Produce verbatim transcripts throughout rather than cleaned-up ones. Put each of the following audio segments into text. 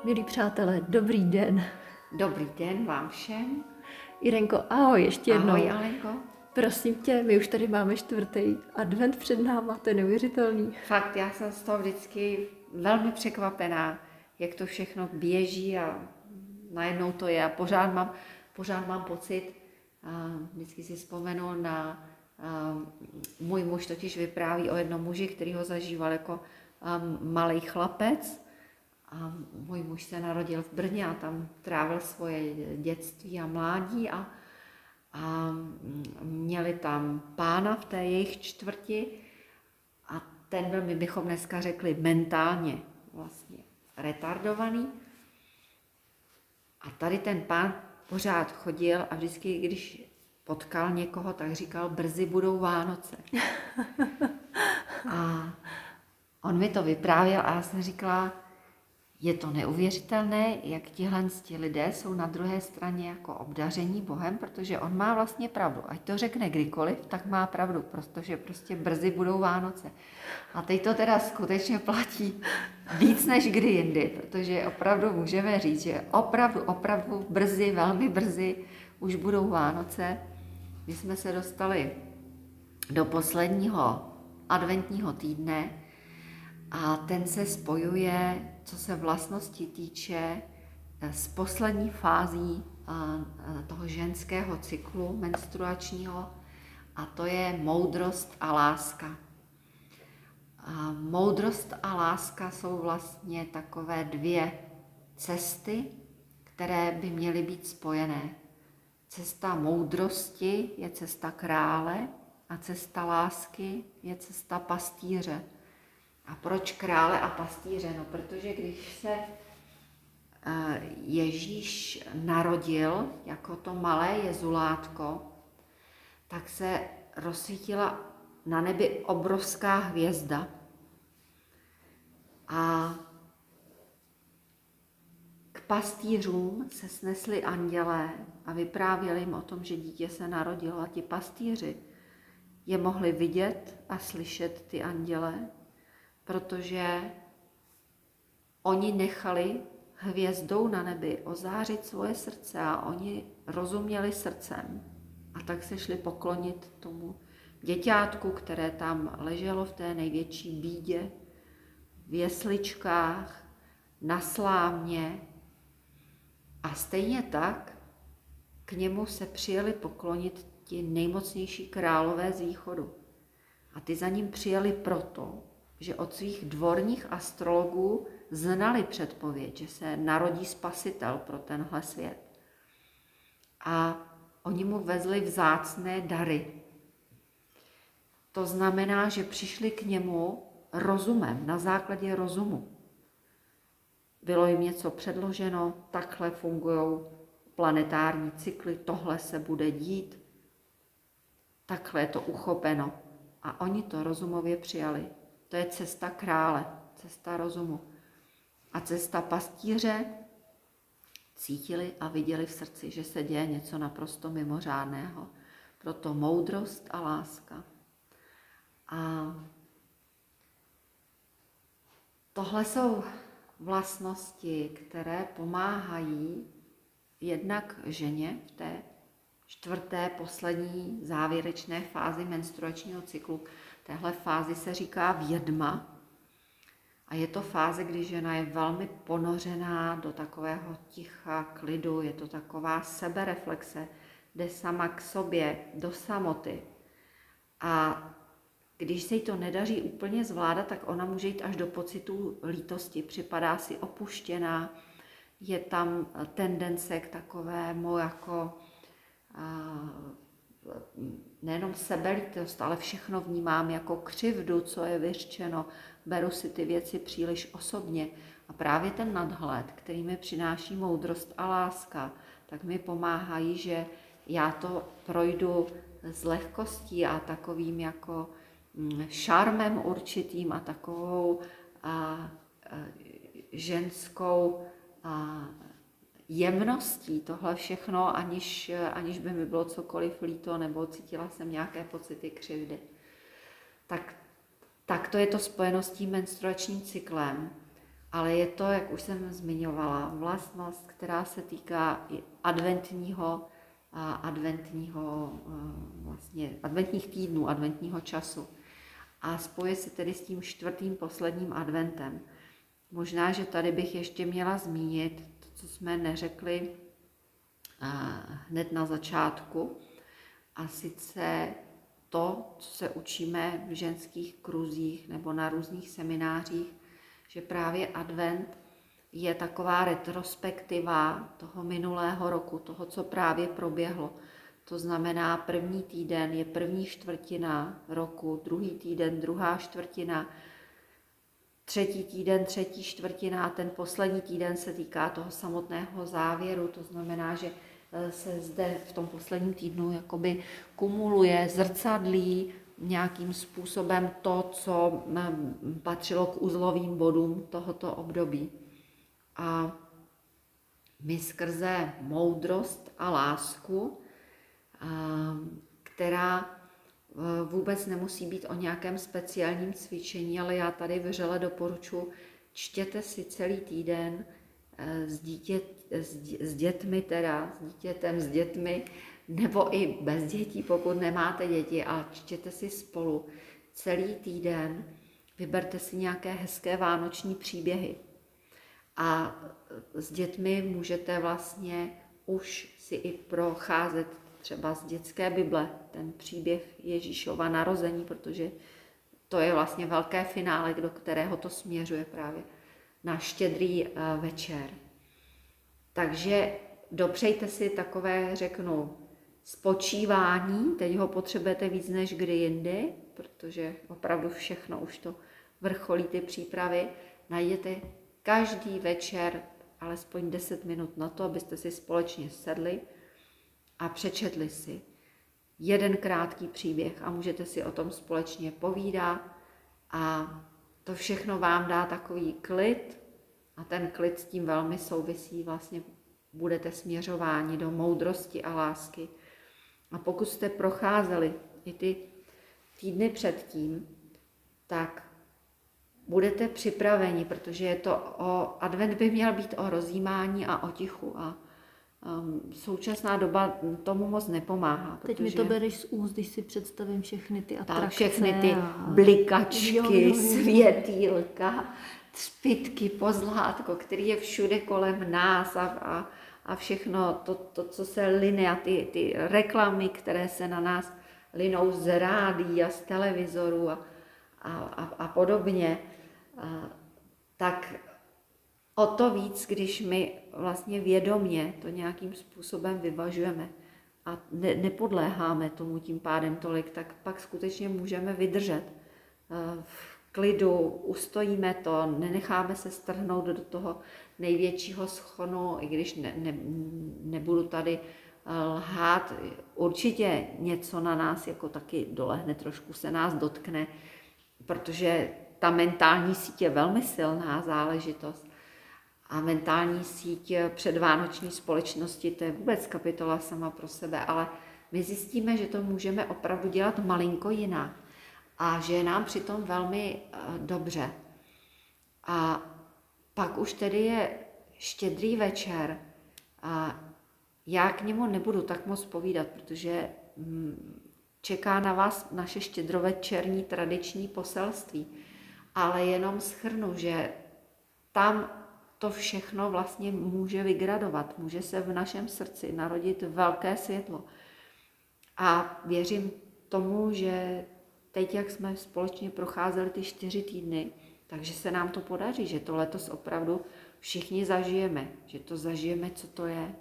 Milí přátelé, dobrý den. Dobrý den vám všem. Irenko, ahoj ještě jednou. Ahoj, Alenko. Prosím tě, my už tady máme čtvrtý advent před náma, to je neuvěřitelný. Fakt, já jsem z toho vždycky velmi překvapená, jak to všechno běží a najednou to je. A pořád mám, pořád mám pocit, a vždycky si vzpomenu na, a, můj muž totiž vypráví o jednom muži, který ho zažíval jako malý chlapec. A můj muž se narodil v Brně a tam trávil svoje dětství a mládí a, a měli tam pána v té jejich čtvrti a ten byl, my bychom dneska řekli, mentálně vlastně retardovaný. A tady ten pán pořád chodil a vždycky, když potkal někoho, tak říkal, brzy budou Vánoce. A on mi to vyprávěl a já jsem říkala, je to neuvěřitelné, jak tihle lidé jsou na druhé straně jako obdaření Bohem, protože on má vlastně pravdu. Ať to řekne kdykoliv, tak má pravdu, protože prostě brzy budou Vánoce. A teď to teda skutečně platí víc než kdy jindy, protože opravdu můžeme říct, že opravdu, opravdu brzy, velmi brzy už budou Vánoce. My jsme se dostali do posledního adventního týdne, a ten se spojuje, co se vlastnosti týče, s poslední fází toho ženského cyklu menstruačního, a to je moudrost a láska. A moudrost a láska jsou vlastně takové dvě cesty, které by měly být spojené. Cesta moudrosti je cesta krále a cesta lásky je cesta pastýře. A proč krále a pastýře? No, protože když se Ježíš narodil jako to malé jezulátko, tak se rozsvítila na nebi obrovská hvězda. A k pastýřům se snesli andělé a vyprávěli jim o tom, že dítě se narodilo. A ti pastýři je mohli vidět a slyšet, ty andělé, protože oni nechali hvězdou na nebi ozářit svoje srdce a oni rozuměli srdcem. A tak se šli poklonit tomu děťátku, které tam leželo v té největší bídě, v jesličkách, na slámě. A stejně tak k němu se přijeli poklonit ti nejmocnější králové z východu. A ty za ním přijeli proto, že od svých dvorních astrologů znali předpověď, že se narodí spasitel pro tenhle svět. A oni mu vezli vzácné dary. To znamená, že přišli k němu rozumem, na základě rozumu. Bylo jim něco předloženo, takhle fungují planetární cykly, tohle se bude dít, takhle je to uchopeno. A oni to rozumově přijali. To je cesta krále, cesta rozumu. A cesta pastýře cítili a viděli v srdci, že se děje něco naprosto mimořádného. Proto moudrost a láska. A tohle jsou vlastnosti, které pomáhají jednak ženě v té čtvrté, poslední, závěrečné fázi menstruačního cyklu. Téhle fázi se říká vědma a je to fáze, kdy žena je velmi ponořená do takového ticha, klidu, je to taková sebereflexe, jde sama k sobě, do samoty. A když se jí to nedaří úplně zvládat, tak ona může jít až do pocitu lítosti, připadá si opuštěná, je tam tendence k takovému jako nejenom sebelítost, ale všechno vnímám jako křivdu, co je vyřčeno, beru si ty věci příliš osobně. A právě ten nadhled, který mi přináší moudrost a láska, tak mi pomáhají, že já to projdu s lehkostí a takovým jako šarmem určitým a takovou a, a, ženskou a, jemností tohle všechno, aniž, aniž by mi bylo cokoliv líto nebo cítila jsem nějaké pocity křivdy. Tak, tak to je to spojeno s tím menstruačním cyklem. ale je to, jak už jsem zmiňovala, vlastnost, která se týká i adventního, a adventního vlastně, adventních týdnů, adventního času. A spojuje se tedy s tím čtvrtým posledním adventem. Možná, že tady bych ještě měla zmínit to, co jsme neřekli hned na začátku, a sice to, co se učíme v ženských kruzích nebo na různých seminářích, že právě advent je taková retrospektiva toho minulého roku, toho, co právě proběhlo. To znamená, první týden je první čtvrtina roku, druhý týden druhá čtvrtina, třetí týden třetí čtvrtina a ten poslední týden se týká toho samotného závěru. To znamená, že se zde v tom posledním týdnu jakoby kumuluje, zrcadlí nějakým způsobem to, co patřilo k uzlovým bodům tohoto období. A my skrze moudrost a lásku, která vůbec nemusí být o nějakém speciálním cvičení, ale já tady vřele doporučuji, čtěte si celý týden s, dítě, s dětmi, teda s dítětem, s dětmi, nebo i bez dětí, pokud nemáte děti, ale čtěte si spolu celý týden, vyberte si nějaké hezké vánoční příběhy. A s dětmi můžete vlastně už si i procházet třeba z dětské Bible, ten příběh Ježíšova narození, protože to je vlastně velké finále, do kterého to směřuje právě na štědrý večer. Takže dopřejte si takové, řeknu, spočívání, teď ho potřebujete víc než kdy jindy, protože opravdu všechno už to vrcholí ty přípravy. Najděte každý večer alespoň deset minut na to, abyste si společně sedli a přečetli si jeden krátký příběh a můžete si o tom společně povídat a to všechno vám dá takový klid a ten klid s tím velmi souvisí, vlastně budete směřováni do moudrosti a lásky. A pokud jste procházeli i ty týdny předtím, tak budete připraveni, protože je to o, advent by měl být o rozjímání a o tichu a um, současná doba tomu moc nepomáhá. Teď mi to bereš z úst, když si představím všechny ty atrakce. Tak, všechny ty a... blikačky, jo, jo, jo. světýlka, třpytky, pozlátko, který je všude kolem nás a, a, a všechno to, to, co se line a ty, ty reklamy, které se na nás linou z rádií a z televizoru a, a, a, a podobně, a, tak o to víc, když my vlastně vědomě to nějakým způsobem vyvažujeme a ne, nepodléháme tomu tím pádem tolik, tak pak skutečně můžeme vydržet v klidu, ustojíme to, nenecháme se strhnout do toho největšího schonu, i když ne, ne, nebudu tady lhát, určitě něco na nás jako taky dolehne, trošku se nás dotkne, protože ta mentální síť je velmi silná záležitost. A mentální síť předvánoční společnosti, to je vůbec kapitola sama pro sebe, ale my zjistíme, že to můžeme opravdu dělat malinko jinak a že je nám přitom velmi dobře. A pak už tedy je štědrý večer a já k němu nebudu tak moc povídat, protože čeká na vás naše štědrovečerní tradiční poselství, ale jenom shrnu, že tam to všechno vlastně může vygradovat, může se v našem srdci narodit velké světlo. A věřím tomu, že teď, jak jsme společně procházeli ty čtyři týdny, takže se nám to podaří, že to letos opravdu všichni zažijeme, že to zažijeme, co to je.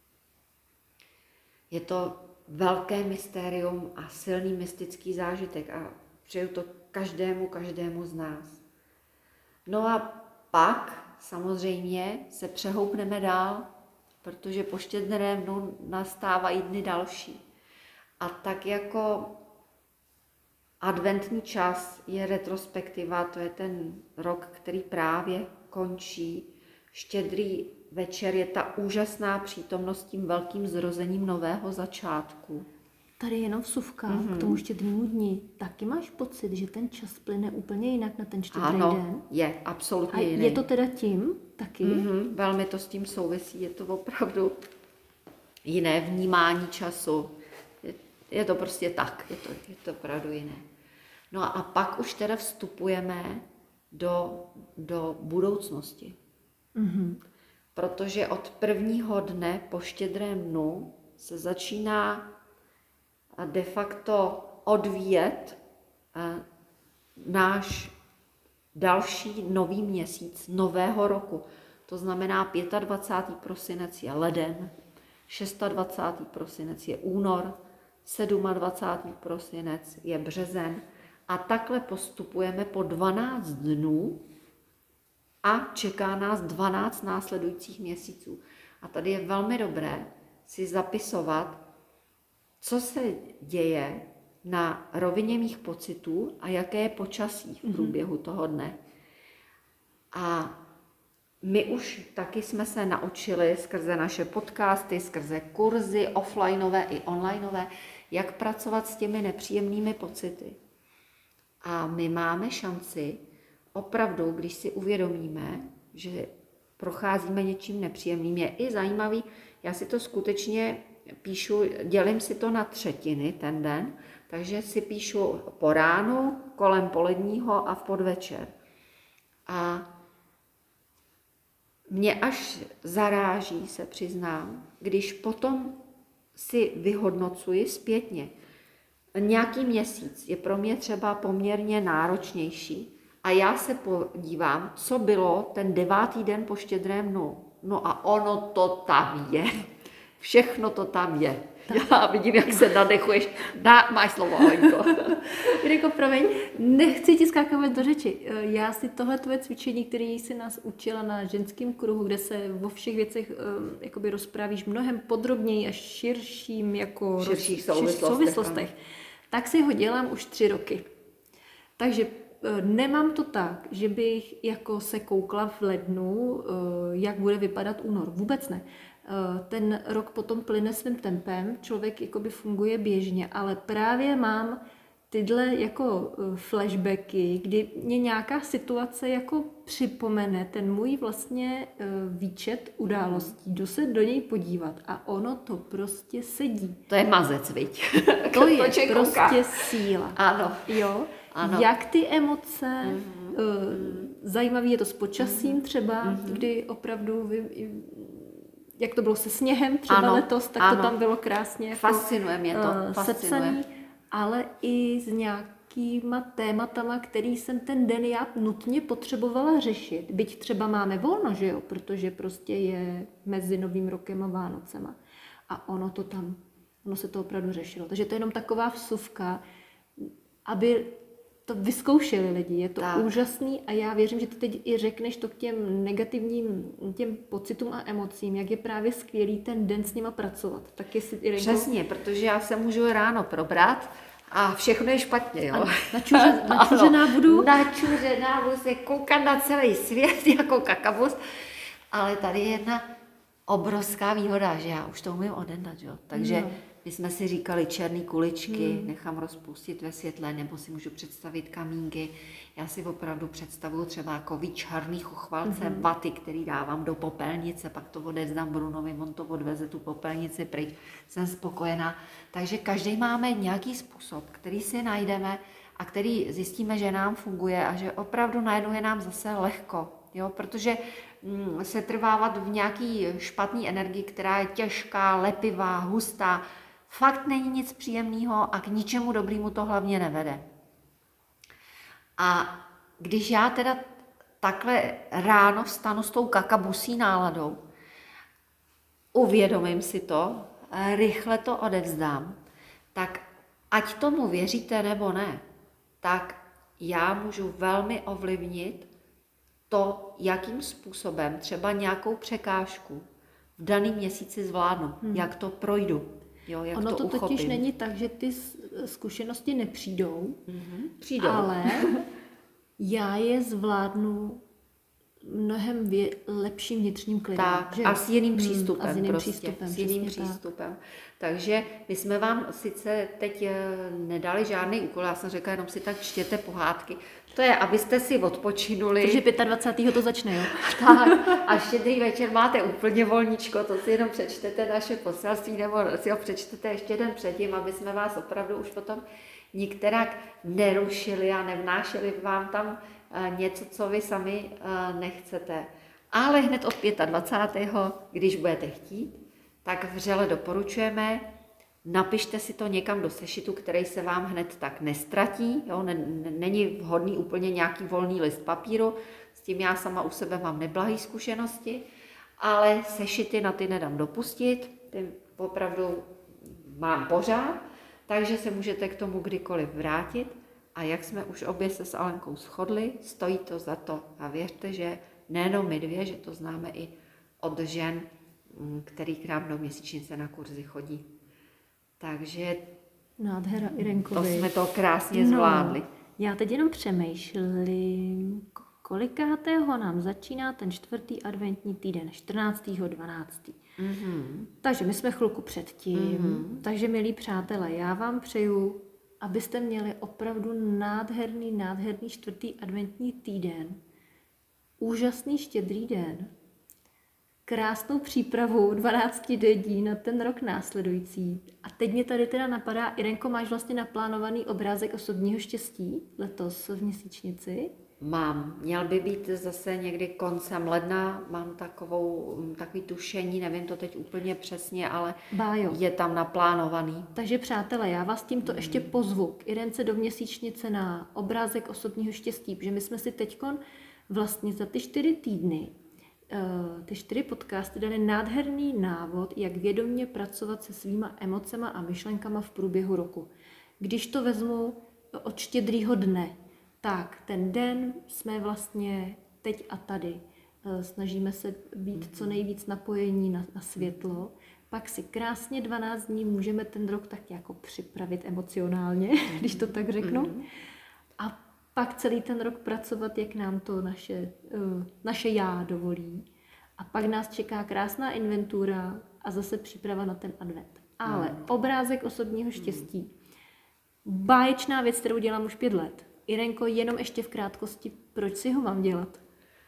Je to velké mystérium a silný mystický zážitek a přeju to každému, každému z nás. No a pak samozřejmě se přehoupneme dál, protože po štědrém dnu nastávají dny další. A tak jako adventní čas je retrospektiva, to je ten rok, který právě končí. Štědrý večer je ta úžasná přítomnost tím velkým zrozením nového začátku. Tady jenom vsuvka, mm-hmm. k tomu štědrému dni. Taky máš pocit, že ten čas plyne úplně jinak na ten štědrý ano, den? je, absolutně A jiný. je to teda tím taky? Mm-hmm, velmi to s tím souvisí, je to opravdu jiné vnímání času. Je, je to prostě tak, je to, je to opravdu jiné. No a pak už teda vstupujeme do, do budoucnosti. Mm-hmm. Protože od prvního dne po štědrém dnu se začíná de facto odvíjet náš další nový měsíc nového roku. To znamená dvacátého pátého prosinec je leden, dvacátého šestého prosinec je únor, dvacátého sedmého prosinec je březen a takhle postupujeme po dvanáct dnů a čeká nás dvanáct následujících měsíců. A tady je velmi dobré si zapisovat, co se děje na rovině mých pocitů a jaké je počasí v průběhu toho dne. A my už taky jsme se naučili skrze naše podcasty, skrze kurzy offlineové i onlineové, jak pracovat s těmi nepříjemnými pocity. A my máme šanci opravdu, když si uvědomíme, že procházíme něčím nepříjemným, je i zajímavý, já si to skutečně píšu, dělím si to na třetiny ten den, takže si píšu po ránu, kolem poledního a v podvečer. A mě až zaráží, se přiznám, když potom si vyhodnocuji zpětně. Nějaký měsíc je pro mě třeba poměrně náročnější a já se podívám, co bylo ten devátý den po štědrém dnu. No a ono to tam je. Všechno to tam je. Já vidím, jak se nadechuješ. Dá, máš slovo, Alenko. Jirko, promiň, nechci ti skákat do řeči. Já si tohle tvoje cvičení, které jsi nás učila na ženském kruhu, kde se o všech věcech um, jakoby rozprávíš mnohem podrobněji a širším jako širších roz, souvislostech, souvislostech tak si ho dělám už tři roky. Takže nemám to tak, že bych jako se koukla v lednu, jak bude vypadat únor. Vůbec ne. Ten rok potom plyne svým tempem, člověk jakoby funguje běžně, ale právě mám tyhle jako flashbacky, kdy mě nějaká situace jako připomene ten můj vlastně výčet událostí. Jdu se do něj podívat a ono to prostě sedí. To je mazec, viď? To je to prostě síla. Ano. Jo? Ano. Jak ty emoce, mm-hmm. uh, zajímavý je to s počasím třeba, mm-hmm. kdy opravdu, vy, jak to bylo se sněhem třeba ano. letos, tak ano. to tam bylo krásně jako, fascinuje mě to, uh, fascinuje. sepsaný, ale i s nějakýma tématama, který jsem ten den já nutně potřebovala řešit. Byť třeba máme volno, že jo, protože prostě je mezi Novým rokem a Vánocema. A ono to tam, ono se to opravdu řešilo. Takže to je jenom taková vsuvka, aby to vyzkoušeli lidi, je to tak. úžasný a já věřím, že ty teď i řekneš to k těm negativním těm pocitům a emocím, jak je právě skvělý ten den s nima pracovat. Tak jestli, Irenko... Přesně, protože já se můžu ráno probrat a všechno je špatně, jo. Načuře, načuřená budu. Načuřená budu se koukat na celý svět jako kakabus, ale tady je jedna obrovská výhoda, že já už to umím odendat, jo. Takže no. My jsme si říkali černé kuličky, hmm. nechám rozpustit ve světle, nebo si můžu představit kamínky. Já si opravdu představuju třeba jako černý chuchvalce hmm. vaty, který dávám do popelnice, pak to odevzdám Brunovi, on to odveze tu popelnici pryč. Jsem spokojená. Takže každý máme nějaký způsob, který si najdeme a který zjistíme, že nám funguje a že opravdu najednou je nám zase lehko. Jo? Protože mm, se trvávat v nějaký špatný energii, která je těžká, lepivá, hustá, fakt není nic příjemného a k ničemu dobrému to hlavně nevede. A když já teda takhle ráno vstanu s tou kakabusí náladou, uvědomím si to, rychle to odevzdám, tak ať tomu věříte nebo ne, tak já můžu velmi ovlivnit to, jakým způsobem třeba nějakou překážku v daném měsíci zvládnu, hmm. jak to projdu. Jo, jak ono to, to totiž není tak, že ty zkušenosti nepřijdou, mm-hmm. Přijdou. ale já je zvládnu mnohem vě, lepším vnitřním klidem. Tak, že? a s jiným Hmm, přístupem a s jiným prostě, přístupem, s jiným přesně tak. přístupem. Takže my jsme vám sice teď eh, nedali žádný úkol, já jsem řekla, jenom si tak čtěte pohádky. To je, abyste si odpočinuli. Takže dvacátého pátého to začne, jo? Tak, a štědrý večer máte úplně volníčko, to si jenom přečtete naše poselství, nebo si ho přečtete ještě den předtím, aby jsme vás opravdu už potom nikterak nerušili a nevnášeli vám tam něco, co vy sami nechcete. Ale hned od dvacátého pátého když budete chtít, tak vřele doporučujeme, napište si to někam do sešitu, který se vám hned tak nestratí. Jo? Není vhodný úplně nějaký volný list papíru, s tím já sama u sebe mám neblahé zkušenosti, ale sešity na ty nedám dopustit, ty opravdu mám pořád, takže se můžete k tomu kdykoliv vrátit. A jak jsme už obě se s Alenkou shodli, stojí to za to. A věřte, že nejenom my dvě, že to známe i od žen, který k nám do měsíčnice na kurzy chodí. Takže Nádhera, Irenko. To jsme to krásně zvládli. No, já teď jenom přemýšlím, kolikátého nám začíná ten čtvrtý adventní týden, čtrnáctého dvanáctého Mm-hmm. Takže my jsme chvilku předtím. Mm-hmm. Takže, milí přátelé, já vám přeju, abyste měli opravdu nádherný, nádherný čtvrtý adventní týden, úžasný štědrý den, krásnou přípravu dvanácti dní na ten rok následující. A teď mě tady teda napadá, Irenko, máš vlastně naplánovaný obrázek osobního štěstí letos v měsíčnici? Mám. Měl by být zase někdy koncem ledna, mám takovou, takový tušení, nevím to teď úplně přesně, ale Bájo. Je tam naplánovaný. Takže přátelé, já vás tímto hmm. ještě pozvu k Irence do měsíčnice na obrázek osobního štěstí, protože my jsme si teďkon vlastně za ty čtyři týdny ty čtyři podcasty dali nádherný návod, jak vědomě pracovat se svýma emocema a myšlenkama v průběhu roku. Když to vezmu od štědrýho dne, tak ten den jsme vlastně teď a tady. Snažíme se být co nejvíc napojení na, na světlo. Pak si krásně dvanáct dní můžeme ten rok tak jako připravit emocionálně, když to tak řeknu. A pak celý ten rok pracovat, jak nám to naše, uh, naše já dovolí. A pak nás čeká krásná inventura a zase příprava na ten advent. Ale mm. obrázek osobního štěstí. Báječná věc, kterou dělám už pět let. Irenko, jenom ještě v krátkosti, proč si ho mám dělat?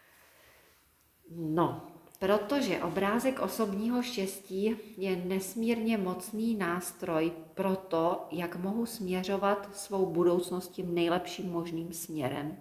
No, protože obrázek osobního štěstí je nesmírně mocný nástroj pro to, jak mohu směřovat svou budoucnost tím nejlepším možným směrem.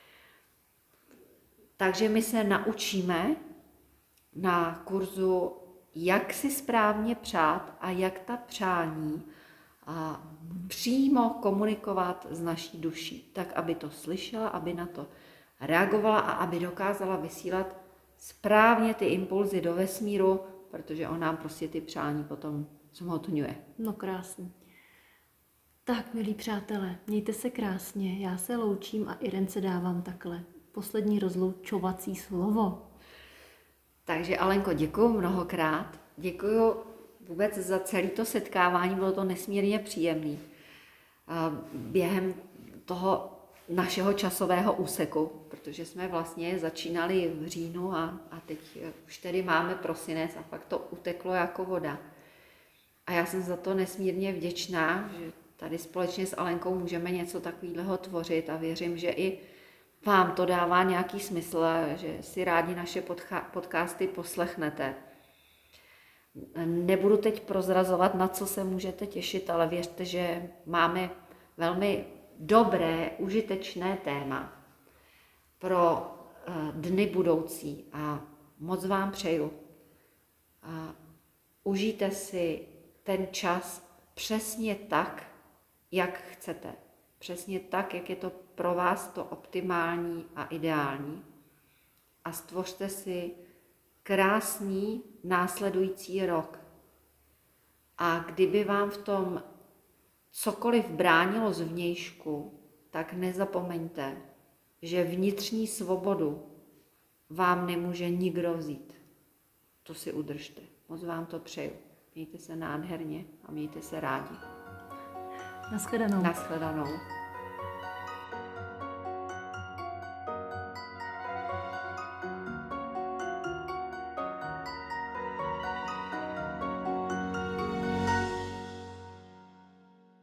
Takže my se naučíme na kurzu, jak si správně přát a jak ta přání a přímo komunikovat s naší duší, tak aby to slyšela, aby na to reagovala a aby dokázala vysílat správně ty impulzy do vesmíru, protože on nám prostě ty přání potom zhmotňuje. No krásně. Tak, milí přátelé, mějte se krásně, já se loučím a Irence dávám takhle poslední rozloučovací slovo. Takže Alenko, děkuju mnohokrát, děkuju vůbec za celé to setkávání, bylo to nesmírně příjemné. Během toho našeho časového úseku, protože jsme vlastně začínali v říjnu a, a teď už tedy máme prosinec a fakt to uteklo jako voda. A já jsem za to nesmírně vděčná, že tady společně s Alenkou můžeme něco takového tvořit a věřím, že i vám to dává nějaký smysl, že si rádi naše podcasty poslechnete. Nebudu teď prozrazovat, na co se můžete těšit, ale věřte, že máme velmi dobré, užitečné téma pro dny budoucí a moc vám přeju. A užijte si ten čas přesně tak, jak chcete. Přesně tak, jak je to pro vás to optimální a ideální. A stvořte si krásný následující rok. A kdyby vám v tom cokoliv bránilo zvnějšku, tak nezapomeňte, že vnitřní svobodu vám nemůže nikdo vzít. To si udržte. Moc vám to přeju. Mějte se nádherně a mějte se rádi. Naschledanou. Naschledanou.